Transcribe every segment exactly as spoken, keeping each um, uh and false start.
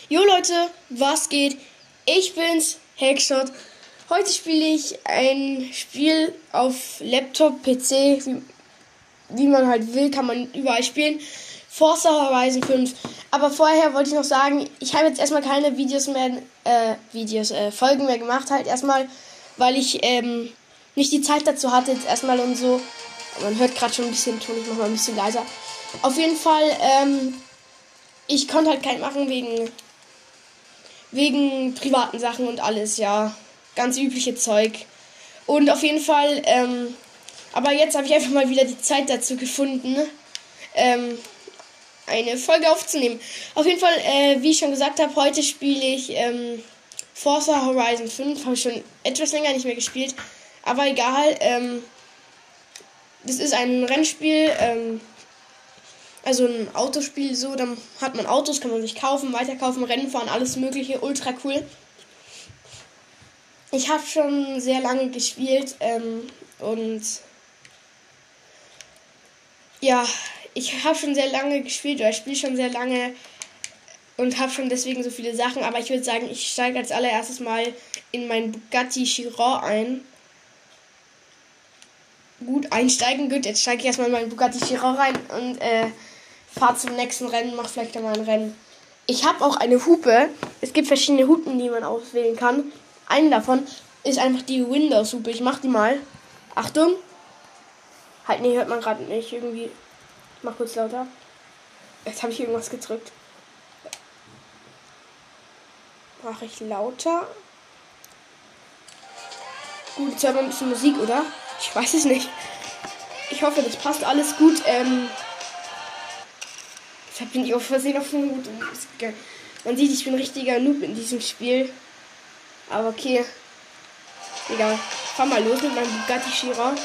Jo Leute, was geht? Ich bin's, Hackshot. Heute spiele ich ein Spiel auf Laptop, P C, wie, wie man halt will, kann man überall spielen. Forza Horizon fünf. Aber vorher wollte ich noch sagen, ich habe jetzt erstmal keine Videos mehr, äh, Videos, äh, Folgen mehr gemacht, halt erstmal, weil ich ähm, nicht die Zeit dazu hatte, jetzt erstmal und so. Man hört gerade schon ein bisschen Ton, ich mache mal ein bisschen leiser. Auf jeden Fall, ähm, ich konnte halt keinen machen wegen, wegen privaten Sachen und alles, ja. Ganz übliche Zeug. Und auf jeden Fall, ähm, aber jetzt habe ich einfach mal wieder die Zeit dazu gefunden, ähm, eine Folge aufzunehmen. Auf jeden Fall, äh, wie ich schon gesagt habe, heute spiele ich ähm, Forza Horizon fünf. Habe ich schon etwas länger nicht mehr gespielt. Aber egal, ähm, das ist ein Rennspiel, ähm, also ein Autospiel so, dann hat man Autos, kann man sich kaufen, weiterkaufen, Rennen fahren, alles mögliche, ultra cool. Ich habe schon sehr lange gespielt ähm, und ja, ich habe schon sehr lange gespielt, oder ich spiele schon sehr lange und habe schon deswegen so viele Sachen, aber ich würde sagen, ich steige als allererstes mal in meinen Bugatti Chiron ein. Gut, einsteigen, gut, jetzt steige ich erstmal in meinen Bugatti Chiron rein und äh, fahre zum nächsten Rennen, mache vielleicht einmal ein Rennen. Ich habe auch eine Hupe, es gibt verschiedene Hupen, die man auswählen kann. Eine davon ist einfach die Windows-Hupe, ich mache die mal. Achtung! Halt, nee, hört man gerade nicht, irgendwie. Ich mach kurz lauter. Jetzt habe ich irgendwas gedrückt. Mache ich lauter. Gut, jetzt hört man ein bisschen Musik, oder? Ich weiß es nicht. Ich hoffe, das passt alles gut. Ähm, ich bin ich auf Versehen auf eine gute Musik. Man sieht, ich bin ein richtiger Noob in diesem Spiel. Aber okay. Egal. Fahr mal los mit meinem Bugatti Chiron.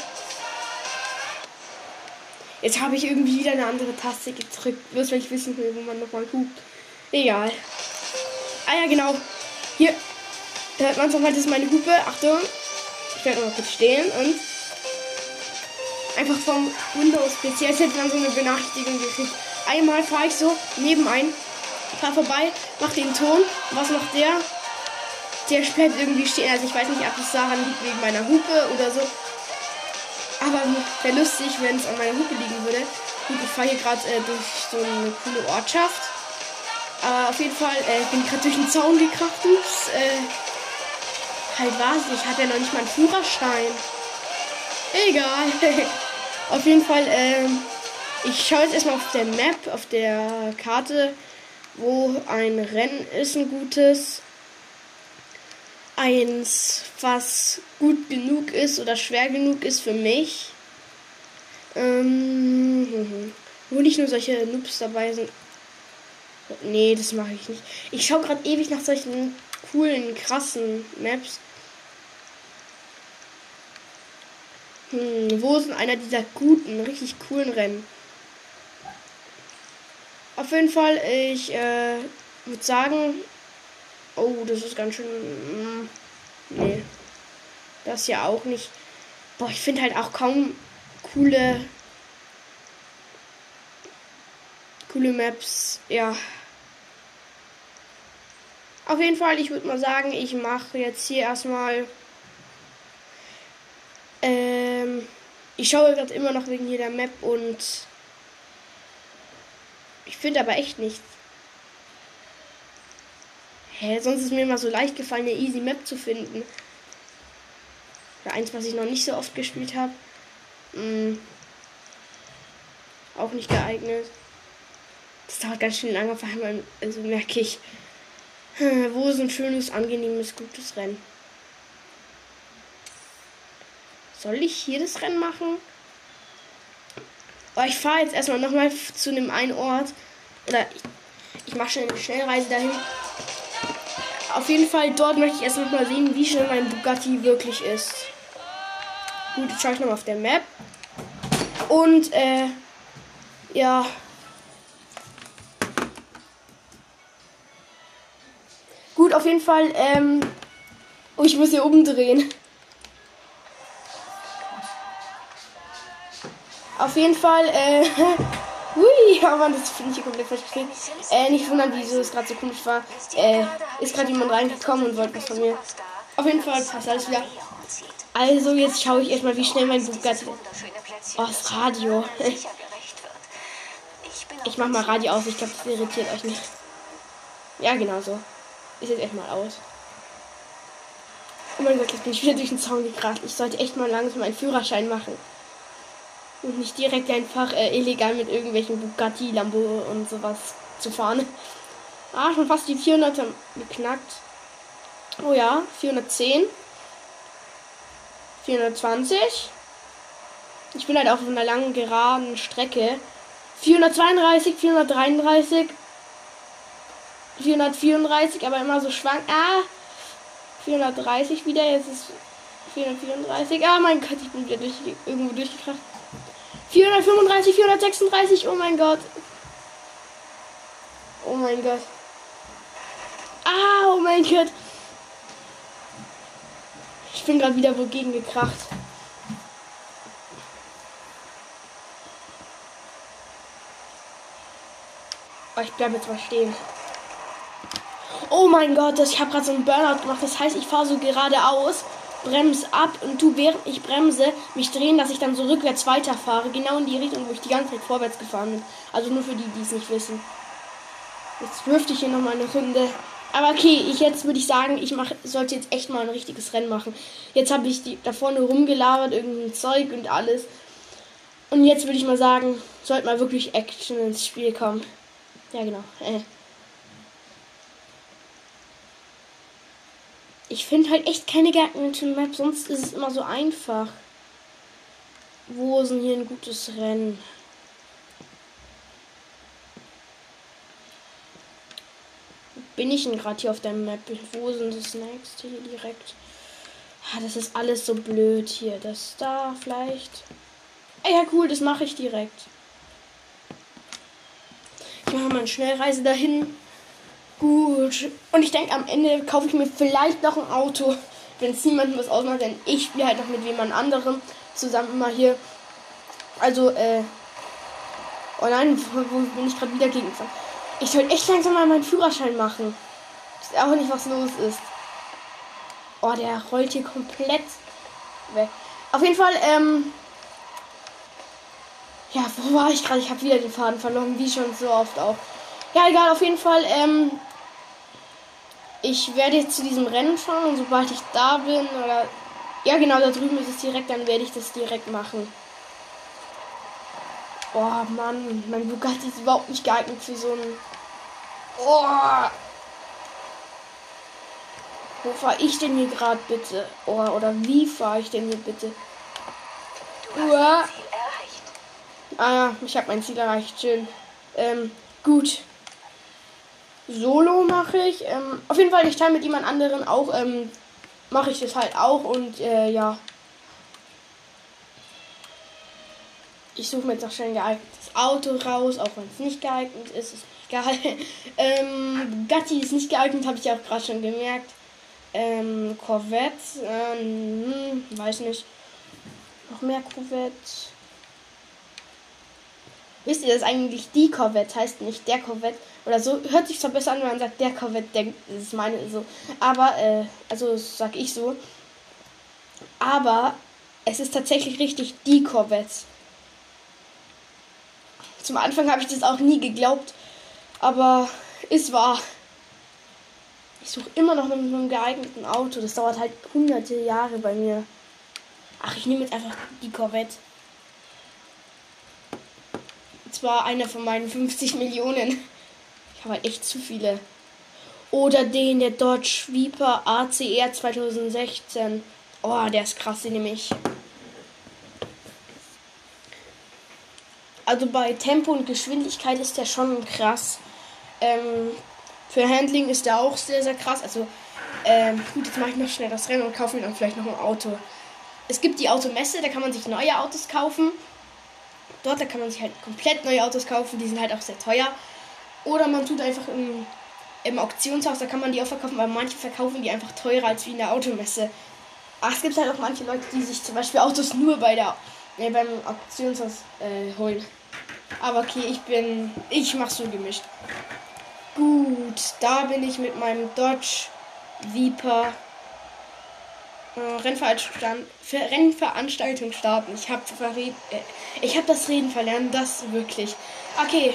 Jetzt habe ich irgendwie wieder eine andere Taste gedrückt. Bloß weil ich wissen will, wo man nochmal hupt. Egal. Ah ja, genau. Hier. Da hört man es nochmal, das ist meine Hupe. Achtung. Ich werde mal kurz stehen und einfach vom Windows-P C, als hätte man so eine Benachrichtigung gekriegt. Einmal fahre ich so nebenein, fahre vorbei, mache den Ton. Was macht der? Der bleibt irgendwie stehen. Also ich weiß nicht, ob es daran liegt wegen meiner Hupe oder so. Aber wäre lustig, wenn es an meiner Hupe liegen würde. Gut, ich fahre hier gerade äh, durch so eine coole Ortschaft. Aber auf jeden Fall, äh, ich bin gerade durch den Zaun gekracht. Ups, äh, halt was, ich hatte ja noch nicht mal einen Führerschein. Egal. Auf jeden Fall, ähm, ich schaue jetzt erstmal auf der Map, auf der Karte, wo ein Rennen ist, ein gutes. Eins, was gut genug ist oder schwer genug ist für mich. Ähm, wo nicht nur solche Noobs dabei sind. Nee, das mache ich nicht. Ich schaue gerade ewig nach solchen coolen, krassen Maps. Hm, wo ist einer dieser guten, richtig coolen Rennen? Auf jeden Fall, ich äh, würde sagen... Oh, das ist ganz schön... Mm, nee. Das ja auch nicht. Boah, ich finde halt auch kaum coole... Coole Maps. Ja. Auf jeden Fall, ich würde mal sagen, ich mache jetzt hier erstmal... Ähm... Ich schaue gerade immer noch wegen jeder Map und... Ich finde aber echt nichts. Hä, sonst ist mir immer so leicht gefallen, eine easy Map zu finden. Oder eins, was ich noch nicht so oft gespielt habe. Hm. Auch nicht geeignet. Das dauert ganz schön lange, auf einmal, also merke ich, wo ist ein schönes, angenehmes, gutes Rennen. Soll ich hier das Rennen machen? Aber ich fahre jetzt erstmal nochmal zu einem einen Ort. Oder ich, ich mache schon eine Schnellreise dahin. Auf jeden Fall, dort möchte ich erst noch mal sehen, wie schnell mein Bugatti wirklich ist. Gut, jetzt schaue ich nochmal auf der Map. Und, äh, ja. Gut, auf jeden Fall, ähm, oh, ich muss hier umdrehen. Auf jeden Fall, äh, hui. Ja, Mann, das finde ich hier komplett falsch geschrieben. Äh, nicht wundern, wieso es gerade so komisch war. Äh, ist gerade jemand reingekommen und wollte was von mir. Auf jeden Fall passt alles wieder. Also, jetzt schaue ich erstmal, wie schnell mein Bugatti... Oh, das Radio. Ich mach mal Radio aus, ich glaube, das irritiert euch nicht. Ja, genau so. Ist jetzt echt mal aus. Oh mein Gott, jetzt bin ich wieder durch den Zaun gekracht. Ich sollte echt mal langsam einen Führerschein machen. Und nicht direkt einfach äh, illegal mit irgendwelchen Bugatti, Lambo und sowas zu fahren. Ah, schon fast die vierhundert geknackt. Oh ja, vierhundertzehn. vierhundertzwanzig. Ich bin halt auf einer langen, geraden Strecke. vierhundertzweiunddreißig, vierhundertdreiunddreißig. vierhundertvierunddreißig, aber immer so schwank. Ah, vierhundertdreißig wieder. Jetzt ist vierhundertvierunddreißig. Ah, mein Gott, ich bin wieder durch, irgendwo durchgekracht. vierhundertfünfunddreißig, vierhundertsechsunddreißig. Oh mein Gott. Oh mein Gott. Ah, oh mein Gott. Ich bin gerade wieder wogegen gekracht. Oh, ich bleibe jetzt mal stehen. Oh mein Gott, das, ich habe gerade so einen Burnout gemacht. Das heißt, ich fahre so geradeaus, bremse ab und tu, während ich bremse, mich drehen, dass ich dann so rückwärts weiterfahre. Genau in die Richtung, wo ich die ganze Zeit vorwärts gefahren bin. Also nur für die, die es nicht wissen. Jetzt dürfte ich hier nochmal eine Runde. Aber okay, ich jetzt würde ich sagen, ich mach, sollte jetzt echt mal ein richtiges Rennen machen. Jetzt habe ich die, da vorne rumgelabert, irgendein Zeug und alles. Und jetzt würde ich mal sagen, sollte mal wirklich Action ins Spiel kommen. Ja, genau. Äh. Ich finde halt echt keine geeignete Map, sonst ist es immer so einfach. Wo ist denn hier ein gutes Rennen? Bin ich denn gerade hier auf der Map? Wo sind das nächste hier direkt? Ah, das ist alles so blöd hier. Das da vielleicht. Ah, ja, cool, das mache ich direkt. Ich mache mal eine Schnellreise dahin. Gut. Und ich denke, am Ende kaufe ich mir vielleicht noch ein Auto, wenn es niemandem was ausmacht, denn ich spiele halt noch mit jemand anderem zusammen immer hier. Also, äh. Oh nein, wo, wo bin ich gerade wieder gegengefahren? Ich sollte echt langsam mal meinen Führerschein machen. Ich weiß auch nicht, was los ist. Oh, der rollt hier komplett weg. Auf jeden Fall, ähm. Ja, wo war ich gerade? Ich habe wieder den Faden verloren, wie schon so oft auch. Ja, egal, auf jeden Fall, ähm. Ich werde jetzt zu diesem Rennen fahren und sobald ich da bin, oder. Ja, genau, da drüben ist es direkt, dann werde ich das direkt machen. Oh Mann, mein Bugatti ist überhaupt nicht geeignet für so einen. Oh! Wo fahre ich denn hier gerade bitte? Oh, oder wie fahre ich denn hier bitte? Uah. Ah ja, ich habe mein Ziel erreicht. Schön. Ähm, gut. Solo mache ich. Ähm, auf jeden Fall, ich teile mit jemand anderen auch. Ähm, mache ich das halt auch und äh, ja. Ich suche mir jetzt auch schnell ein geeignetes Auto raus, auch wenn es nicht geeignet ist, ist egal. ähm, Bugatti ist nicht geeignet, habe ich ja auch gerade schon gemerkt. Ähm, Corvette, ähm, weiß nicht. Noch mehr Corvette. Wisst ihr, dass eigentlich die Corvette heißt, nicht der Corvette? Oder so, hört sich zwar besser an, wenn man sagt, der Corvette, denkt, das ist meine, so. Aber, äh, also sag ich so. Aber es ist tatsächlich richtig die Corvette. Zum Anfang habe ich das auch nie geglaubt, aber ist wahr. Ich suche immer noch nach einem geeigneten Auto. Das dauert halt hunderte Jahre bei mir. Ach, ich nehme jetzt einfach die Corvette. Zwar einer von meinen fünfzig Millionen. Ich habe halt echt zu viele. Oder den, der Dodge Viper A C R zwanzig sechzehn. Oh, der ist krass, den nehme ich. Also bei Tempo und Geschwindigkeit ist der schon krass. Ähm, für Handling ist der auch sehr, sehr krass. Also, ähm, gut, jetzt mache ich noch schnell das Rennen und kaufe mir dann vielleicht noch ein Auto. Es gibt die Automesse, da kann man sich neue Autos kaufen. Dort, da kann man sich halt komplett neue Autos kaufen, die sind halt auch sehr teuer. Oder man tut einfach im, im Auktionshaus, da kann man die auch verkaufen, weil manche verkaufen die einfach teurer als wie in der Automesse. Ach, es gibt halt auch manche Leute, die sich zum Beispiel Autos nur bei der, äh, beim Auktionshaus äh, holen. Aber okay, ich bin... Ich mach so gemischt. Gut, da bin ich mit meinem Dodge Viper. Äh, Rennveranstaltung, Rennveranstaltung starten. Ich habe äh, ich hab das Reden verlernt, das wirklich. Okay.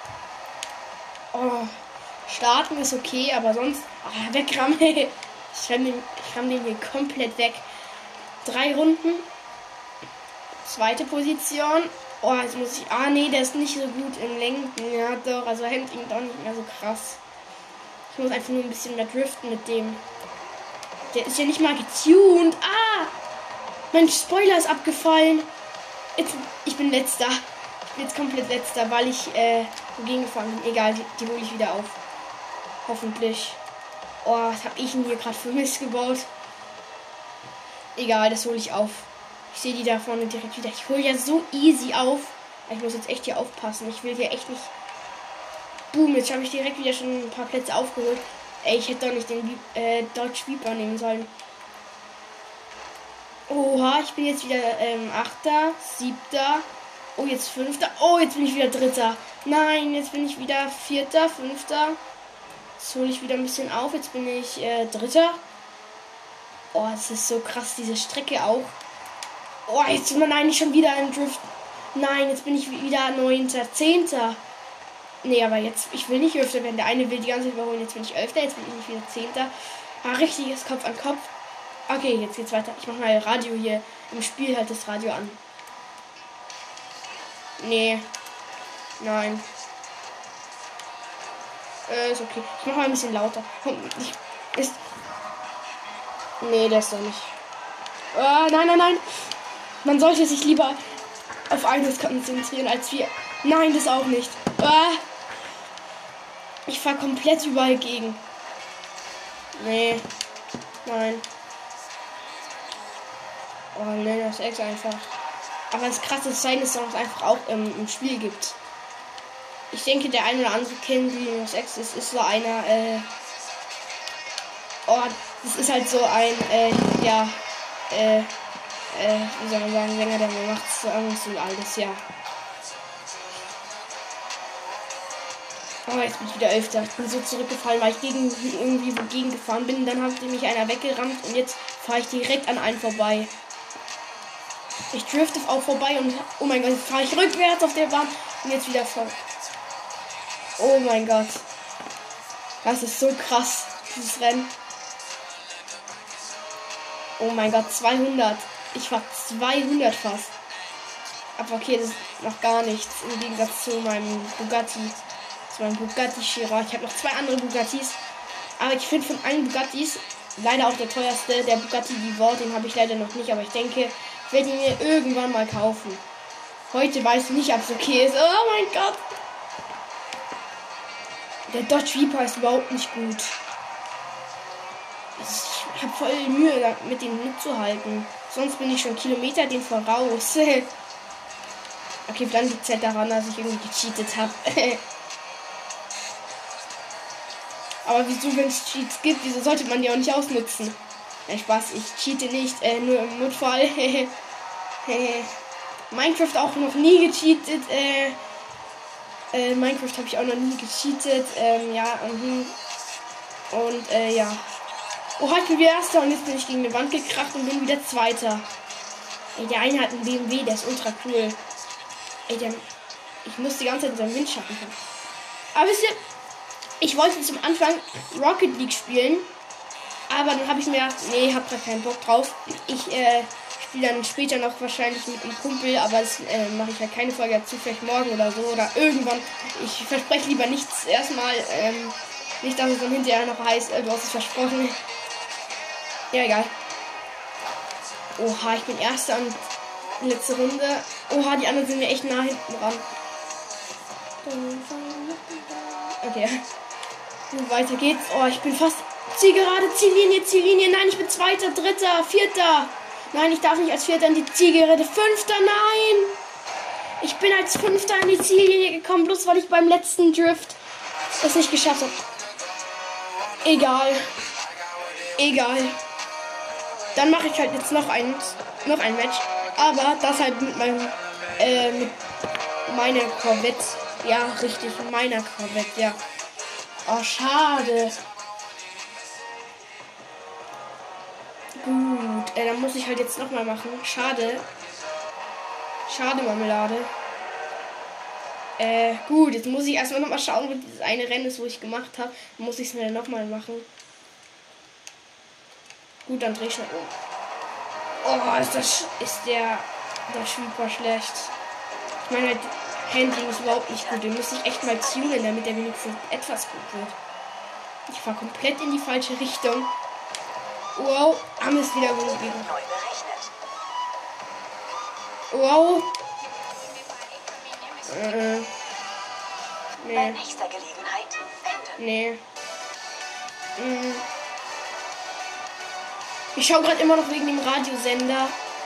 Oh, starten ist okay, aber sonst... Oh, wegrammen. Ich ramm den, ich ramm den hier komplett weg. Drei Runden. Zweite Position. Oh, jetzt muss ich... Ah, nee, der ist nicht so gut im Lenken. Ja, doch. Also hängt ihn doch nicht mehr so krass. Ich muss einfach nur ein bisschen mehr driften mit dem. Der ist ja nicht mal getuned. Ah! Mein Spoiler ist abgefallen. Jetzt, ich bin letzter. Ich bin jetzt komplett letzter, weil ich äh, dagegen gefahren bin. Egal, die, die hole ich wieder auf. Hoffentlich. Oh, was habe ich denn hier gerade für Mist gebaut? Egal, das hole ich auf. Ich sehe die da vorne direkt wieder. Ich hole ja so easy auf. Ich muss jetzt echt hier aufpassen. Ich will hier echt nicht... Boom, jetzt habe ich direkt wieder schon ein paar Plätze aufgeholt. Ey, ich hätte doch nicht den äh, Dodge Viper nehmen sollen. Oha, ich bin jetzt wieder ähm, Achter, Siebter. Oh, jetzt Fünfter. Oh, jetzt bin ich wieder Dritter. Nein, jetzt bin ich wieder Vierter, Fünfter. Jetzt hole ich wieder ein bisschen auf. Jetzt bin ich äh, Dritter. Oh, es ist so krass, diese Strecke auch. Oh, jetzt sind wir eigentlich schon wieder im Drift. Nein, jetzt bin ich wieder Neunter, Zehnter. Nee, aber jetzt, ich will nicht Elfter werden. Der eine will die ganze Zeit überholen. Jetzt bin ich Elfter, jetzt bin ich wieder Zehnter. Ah, richtiges Kopf an Kopf. Okay, jetzt geht's weiter. Ich mach mal Radio hier. Im Spiel halt das Radio an. Nee. Nein. Äh, ist okay. Ich mach mal ein bisschen lauter. Ich, ist... Nee, das ist doch nicht. Ah, nein, nein, nein. Man sollte sich lieber auf eines konzentrieren, als wir... Nein, das auch nicht. Ah. Ich fahr komplett überall gegen. Nee. Nein. Oh, nee, das ist echt einfach. Aber das krasse Sein ist, dass es einfach auch im, im Spiel gibt. Ich denke, der eine oder andere kennt Linus X. Es ist so einer, äh. Oh, das ist halt so ein, äh, ja, äh, äh, wie soll man sagen, Sänger, der macht so irgendwas und alles, ja. Oh, jetzt bin ich wieder Elfter. Ich bin so zurückgefallen, weil ich gegen irgendwie wogegen gefahren bin. Dann hat mich einer weggerammt und jetzt fahre ich direkt an einen vorbei. Ich drifte auch vorbei und oh mein Gott, jetzt fahre ich rückwärts auf der Bahn und jetzt wieder vor. Oh mein Gott. Das ist so krass, dieses Rennen. Oh mein Gott, zweihundert. Ich war zweihundert fast. Aber okay, das ist noch gar nichts im Gegensatz zu meinem Bugatti. Zu meinem Bugatti Chiron. Ich habe noch zwei andere Bugattis. Aber ich finde von allen Bugattis leider auch der teuerste, der Bugatti Divorce. Den habe ich leider noch nicht, aber ich denke, ich werde ihn mir irgendwann mal kaufen. Heute weiß ich nicht, ob es okay ist. Oh mein Gott. Der Dodge Viper ist überhaupt nicht gut. Ich habe voll Mühe, mit dem mitzuhalten. Sonst bin ich schon Kilometer den voraus. Okay, dann liegt es halt daran, dass ich irgendwie gecheatet habe. Aber wieso, wenn es Cheats gibt, wieso sollte man die auch nicht ausnutzen? Ja, Spaß, ich cheate nicht, äh, nur im Notfall. Minecraft auch noch nie gecheatet. Äh, äh, Minecraft habe ich auch noch nie gecheatet. Ähm, ja, und, und äh, ja. Oh, ich bin wieder Erster und jetzt bin ich gegen eine Wand gekracht und bin wieder Zweiter. Ey, der eine hat einen B M W, der ist ultra cool. Ey, der, ich muss die ganze Zeit in seinem Windschatten kommen. Aber wisst ihr, ich wollte zum Anfang Rocket League spielen, aber dann habe ich mir gedacht, nee, hab da keinen Bock drauf. Ich äh, spiele dann später noch wahrscheinlich mit einem Kumpel, aber das äh, mache ich halt keine Folge dazu, vielleicht morgen oder so oder irgendwann. Ich verspreche lieber nichts erstmal, ähm, nicht, dass es dann hinterher noch heißt, äh, du hast es versprochen. Ja, egal. Oha, ich bin Erster und letzte Runde. Oha, die anderen sind mir echt nah hinten ran. Okay. Und weiter geht's. Oh, ich bin fast Zielgerade, Ziellinie, Ziellinie. Nein, ich bin Zweiter, Dritter, Vierter. Nein, ich darf nicht als Vierter in die Zielgerade. Fünfter, nein. Ich bin als Fünfter in die Ziellinie gekommen, bloß weil ich beim letzten Drift es nicht geschafft habe. Egal. Egal. Dann mache ich halt jetzt noch ein, noch ein Match. Aber das halt mit meinem, äh, mit, meiner Corvette. Ja, richtig, meiner Corvette, ja. Oh, schade. Gut, äh, dann muss ich halt jetzt nochmal machen. Schade. Schade, Marmelade. Äh, gut, jetzt muss ich erstmal nochmal schauen, wo dieses eine Rennen ist, wo ich gemacht habe. Dann muss ich es mir nochmal machen. Gut, dann dreh ich schnell um. Oh, ist das ist der der super schlecht. Ich meine, halt, Handling ist überhaupt nicht gut. Den muss ich echt mal tunen, damit der wenigstens etwas gut wird. Ich fahre komplett in die falsche Richtung. Wow, haben wir es wieder gegeben. Wow. Äh, nee. Bei nächster Gelegenheit enden. Nee. Mm. Ich schaue gerade immer noch wegen dem Radiosender.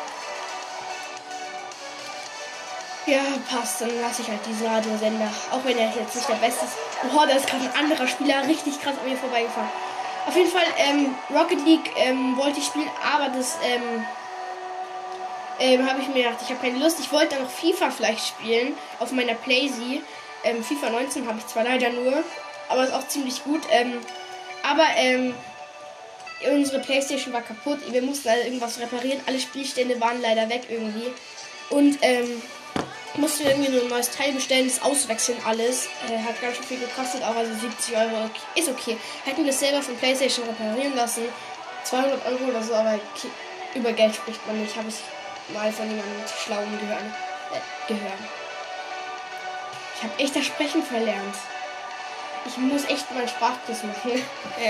Ja, passt. Dann lasse ich halt diesen Radiosender. Auch wenn er jetzt nicht der beste ist. Oh, da ist gerade ein anderer Spieler richtig krass an mir vorbeigefahren. Auf jeden Fall, ähm, Rocket League ähm, wollte ich spielen, aber das, ähm, ähm, habe ich mir gedacht, ich habe keine Lust. Ich wollte dann noch FIFA vielleicht spielen auf meiner Playsee. Ähm, FIFA neunzehn habe ich zwar leider nur, aber ist auch ziemlich gut. Ähm, aber, ähm, unsere Playstation war kaputt. Wir mussten also irgendwas reparieren. Alle Spielstände waren leider weg irgendwie. Und, ähm, mussten wir irgendwie nur ein neues Teil bestellen, das auswechseln alles. Äh, hat ganz schön viel gekostet, auch also siebzig Euro. Okay. Ist okay. Hätten wir es selber von PlayStation reparieren lassen. zweihundert Euro oder so, aber okay. Über Geld spricht man nicht. Habe ich mal von jemandem Schlauen gehört. Äh, gehört. Ich habe echt das Sprechen verlernt. Ich muss echt mal einen Sprachkurs machen. äh.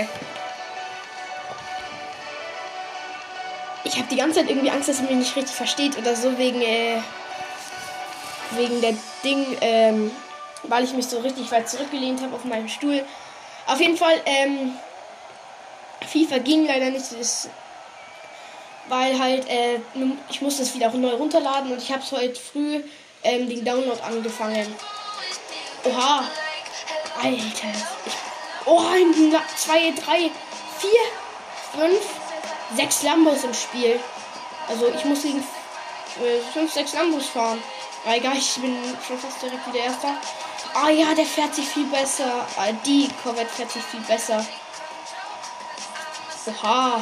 Ich habe die ganze Zeit irgendwie Angst, dass ihr mich nicht richtig versteht oder so, wegen, äh, wegen der Ding, ähm, weil ich mich so richtig weit zurückgelehnt habe auf meinem Stuhl. Auf jeden Fall, ähm, FIFA ging leider nicht, das, weil halt, äh, ich musste es wieder neu runterladen und ich habe es heute früh, ähm, den Download angefangen. Oha, Alter, ich, oh, zwei, drei, vier, fünf, sechs Lambos im Spiel. Also ich muss gegen fünf, sechs Lambos fahren. Aber egal, ich bin schon fast direkt wieder Erster. Ah ja, der fährt sich viel besser. Ah, die Corvette fährt sich viel besser. Oha.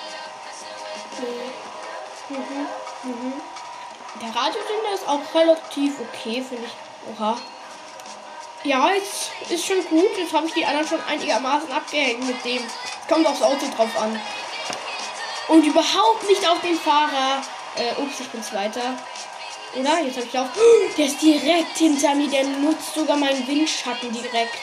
Mhm, mhm. Der Radiosender ist auch relativ okay, finde ich. Oha. Ja, jetzt ist schon gut. Jetzt habe ich die anderen schon einigermaßen abgehängt mit dem. Kommt aufs Auto drauf an. Und überhaupt nicht auf den Fahrer. Äh, ups, ich bin Zweiter. Oder? Jetzt habe ich auch. Oh, der ist direkt hinter mir. Der nutzt sogar meinen Windschatten direkt.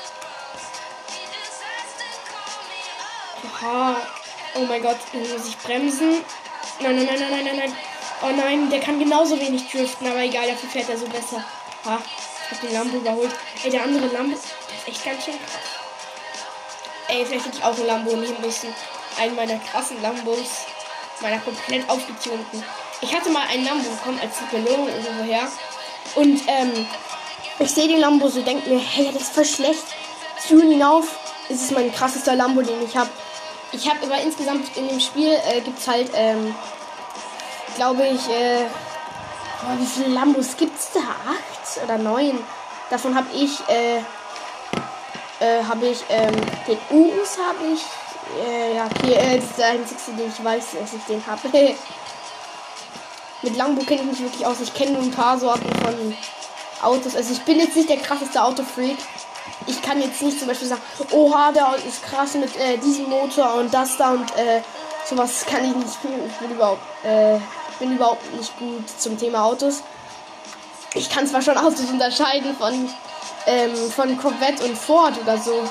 Oha. Oh mein Gott, muss ich bremsen? Nein, nein, nein, nein, nein, nein, nein. Oh nein, der kann genauso wenig driften, aber egal, dafür fährt er so besser. Ha, ich habe den Lambo überholt. Ey, der andere Lambo, der ist echt ganz schön krass. Ey, vielleicht hätte ich auch ein Lambo nehmen müssen. Einen meiner krassen Lambos. Meiner komplett aufgetunten. Ich hatte mal einen Lambo bekommen als Belohnung irgendwoher. Und, ähm, ich sehe den Lambo so, denke mir, hey, das ist voll schlecht. Tune ihn auf. Es ist mein krassester Lambo, den ich habe. Ich habe aber insgesamt in dem Spiel, äh, gibt es halt, ähm, glaube ich, äh, boah, wie viele Lambos gibt es da? Acht oder neun? Davon habe ich, äh, äh, habe ich, ähm, den Urus habe ich, äh, ja, okay, äh, das ist der einzige, den ich weiß, dass ich den habe. Mit Lambo kenne ich mich wirklich aus. Ich kenne nur ein paar Sorten von Autos. Also ich bin jetzt nicht der krasseste Autofreak. Ich kann jetzt nicht zum Beispiel sagen, oha, der ist krass mit äh, diesem Motor und das da und äh, sowas kann ich nicht. Ich bin überhaupt, äh, bin überhaupt nicht gut zum Thema Autos. Ich kann zwar schon Autos unterscheiden von, ähm, von Corvette und Ford oder so.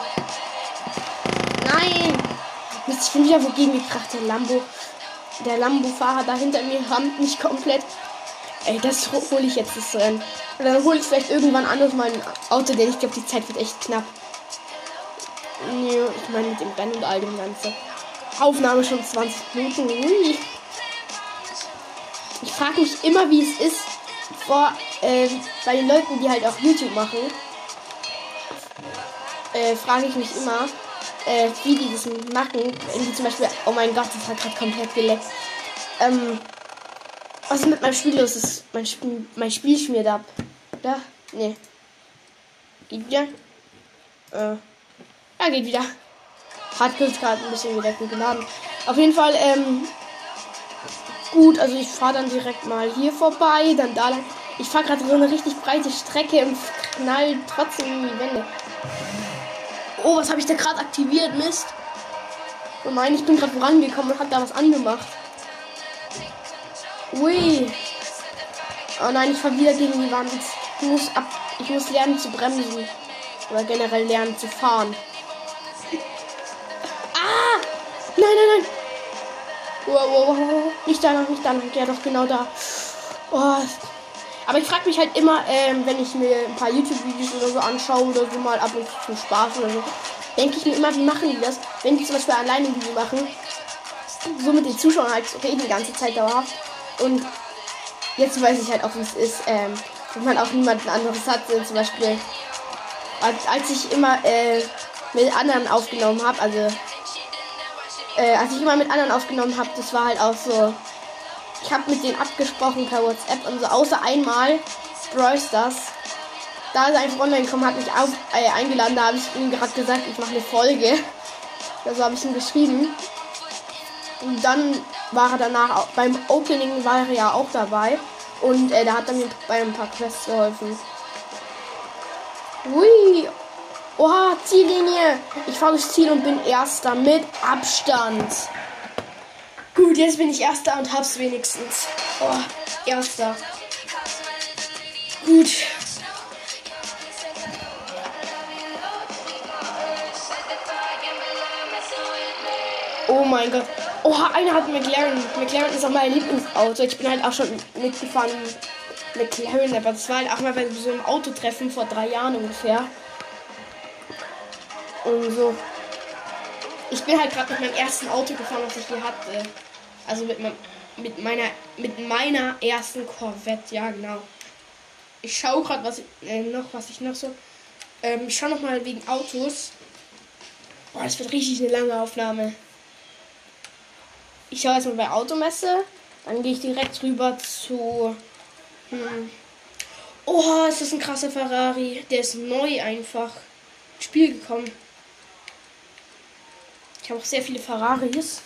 Nein! Müsste ich schon wieder wogegen gekracht, der Lambo. Der Lambo-Fahrer da hinter mir rammt mich komplett. Ey, das hole ich jetzt das Rennen. Und dann hole ich vielleicht irgendwann anders mal ein Auto, denn ich glaube, die Zeit wird echt knapp. Ich meine mit dem Rennen und all dem Ganzen. Aufnahme schon zwanzig Minuten. Ui. Ich frage mich immer, wie es ist, vor, äh, bei den Leuten, die halt auch YouTube machen, äh, frage ich mich immer, äh, wie die das machen. Wenn die zum Beispiel, oh mein Gott, das hat gerade komplett geleckt. Ähm, was ist mit meinem Spiel los? Ist mein Spiel, mein Spiel schmiert ab. Oder? Nee. Geht wieder. Äh. Ja, geht wieder. Hat kurz gerade ein bisschen wieder gut geladen. Auf jeden Fall, ähm. Gut, also ich fahre dann direkt mal hier vorbei, dann da lang. Ich fahre gerade so eine richtig breite Strecke und knall trotzdem in die Wände. Oh, was habe ich da gerade aktiviert? Mist. Oh nein, ich bin gerade vorangekommen und habe da was angemacht. Ui. Oh nein, ich fahre wieder gegen die Wand. Ich muss, ab, ich muss lernen zu bremsen. Oder generell lernen zu fahren. Ah! Nein, nein, nein. Wow, wow, wow. Nicht da noch, nicht da noch. Ja, doch, genau da. Oh. Aber ich frage mich halt immer, ähm, wenn ich mir ein paar YouTube-Videos oder so anschaue oder so mal ab und zu zum Spaß oder so, denke ich mir immer, wie machen die das, wenn die zum Beispiel alleine ein Video machen, so mit den Zuschauern halt reden die ganze Zeit dauerhaft. Und jetzt weiß ich halt auch, wie es ist, ähm, wenn man auch niemanden anderes hat, so zum Beispiel, als, als ich immer äh, mit anderen aufgenommen habe, also äh, als ich immer mit anderen aufgenommen habe, das war halt auch so, ich habe mit denen abgesprochen per WhatsApp und so, außer einmal Brawl Stars. Da ist ein Freund gekommen, hat mich auf, äh, eingeladen, da habe ich ihm gerade gesagt, ich mache eine Folge. Also habe ich ihm geschrieben. Und dann war er danach, auch, beim Opening war er ja auch dabei. Und äh, da hat er mir bei ein paar Quests geholfen. Hui! Oha, Ziellinie! Ich fahre durchs Ziel und bin Erster mit Abstand. Gut, jetzt bin ich Erster und hab's wenigstens. Oh, Erster. Gut. Oh mein Gott. Oha, einer hat McLaren. McLaren ist auch mein Lieblingsauto. Ich bin halt auch schon mitgefahren mit McLaren, aber das war halt auch mal bei so einem Autotreffen vor drei Jahren ungefähr. Und so. Ich bin halt gerade mit meinem ersten Auto gefahren, was ich hier hatte. Also mit, mein, mit meiner mit meiner ersten Corvette, ja genau. Ich schaue gerade, was ich äh, noch, was ich noch so. Ähm, ich schaue noch mal wegen Autos. Boah, das wird richtig eine lange Aufnahme. Ich schaue erstmal bei Automesse. Dann gehe ich direkt rüber zu. Hm. Oh, ist das ein krasser Ferrari. Der ist neu einfach ins Spiel gekommen. Ich habe auch sehr viele Ferraris.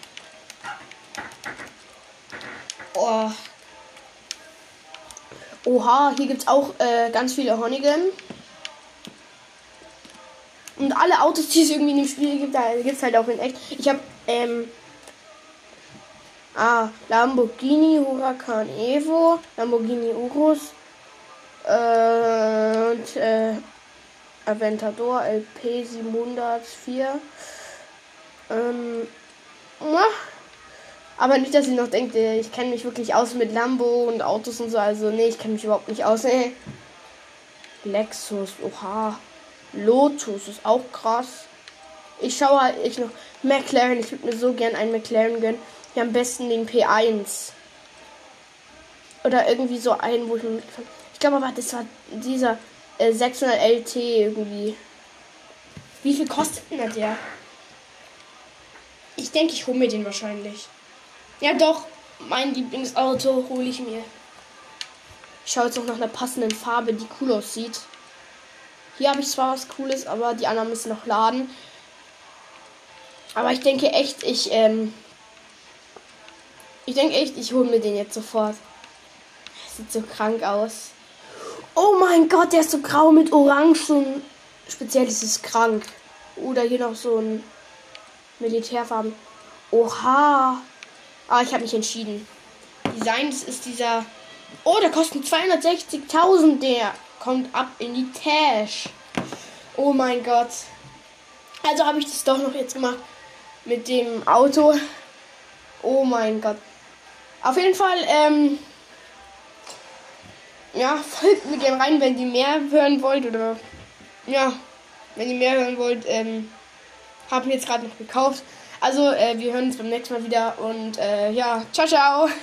Oh. Oha, hier gibt es auch äh, ganz viele Honnigan. Und alle Autos, die es irgendwie in dem Spiel gibt, da gibt es halt auch in echt. Ich habe ähm, ah, Lamborghini Huracan Evo, Lamborghini Urus äh, und äh, Aventador L P siebenhundertvier. Ähm, aber nicht, dass ihr noch denkt, ich kenne mich wirklich aus mit Lambo und Autos und so. Also, nee, ich kenne mich überhaupt nicht aus. Nee. Lexus, oha. Lotus ist auch krass. Ich schaue halt, ich noch. McLaren, ich würde mir so gern einen McLaren gönnen. Ja, am besten den P eins. Oder irgendwie so einen, wo ich mir mitgefahren. Ich glaube aber, das war dieser äh, sechshundert L T irgendwie. Wie viel kostet denn der? Ich denke, ich hole mir den wahrscheinlich. Ja doch, mein Lieblingsauto hole ich mir. Ich schaue jetzt noch nach einer passenden Farbe, die cool aussieht. Hier habe ich zwar was Cooles, aber die anderen müssen noch laden. Aber ich denke echt, ich, ähm... Ich denke echt, ich hole mir den jetzt sofort. Sieht so krank aus. Oh mein Gott, der ist so grau mit Orange. Und speziell ist es krank. Oder hier noch so ein Militärfarben. Oha. Ah, ich habe mich entschieden. Design ist dieser... Oh, der kostet zweihundertsechzigtausend. Der kommt ab in die Tasche. Oh mein Gott. Also habe ich das doch noch jetzt gemacht mit dem Auto. Oh mein Gott. Auf jeden Fall, ähm... ja, folgt mir gerne rein, wenn ihr mehr hören wollt. Oder... ja, wenn ihr mehr hören wollt, ähm... habe ich jetzt gerade noch gekauft. Also, äh, wir hören uns beim nächsten Mal wieder. Und, äh, ja, ciao, ciao.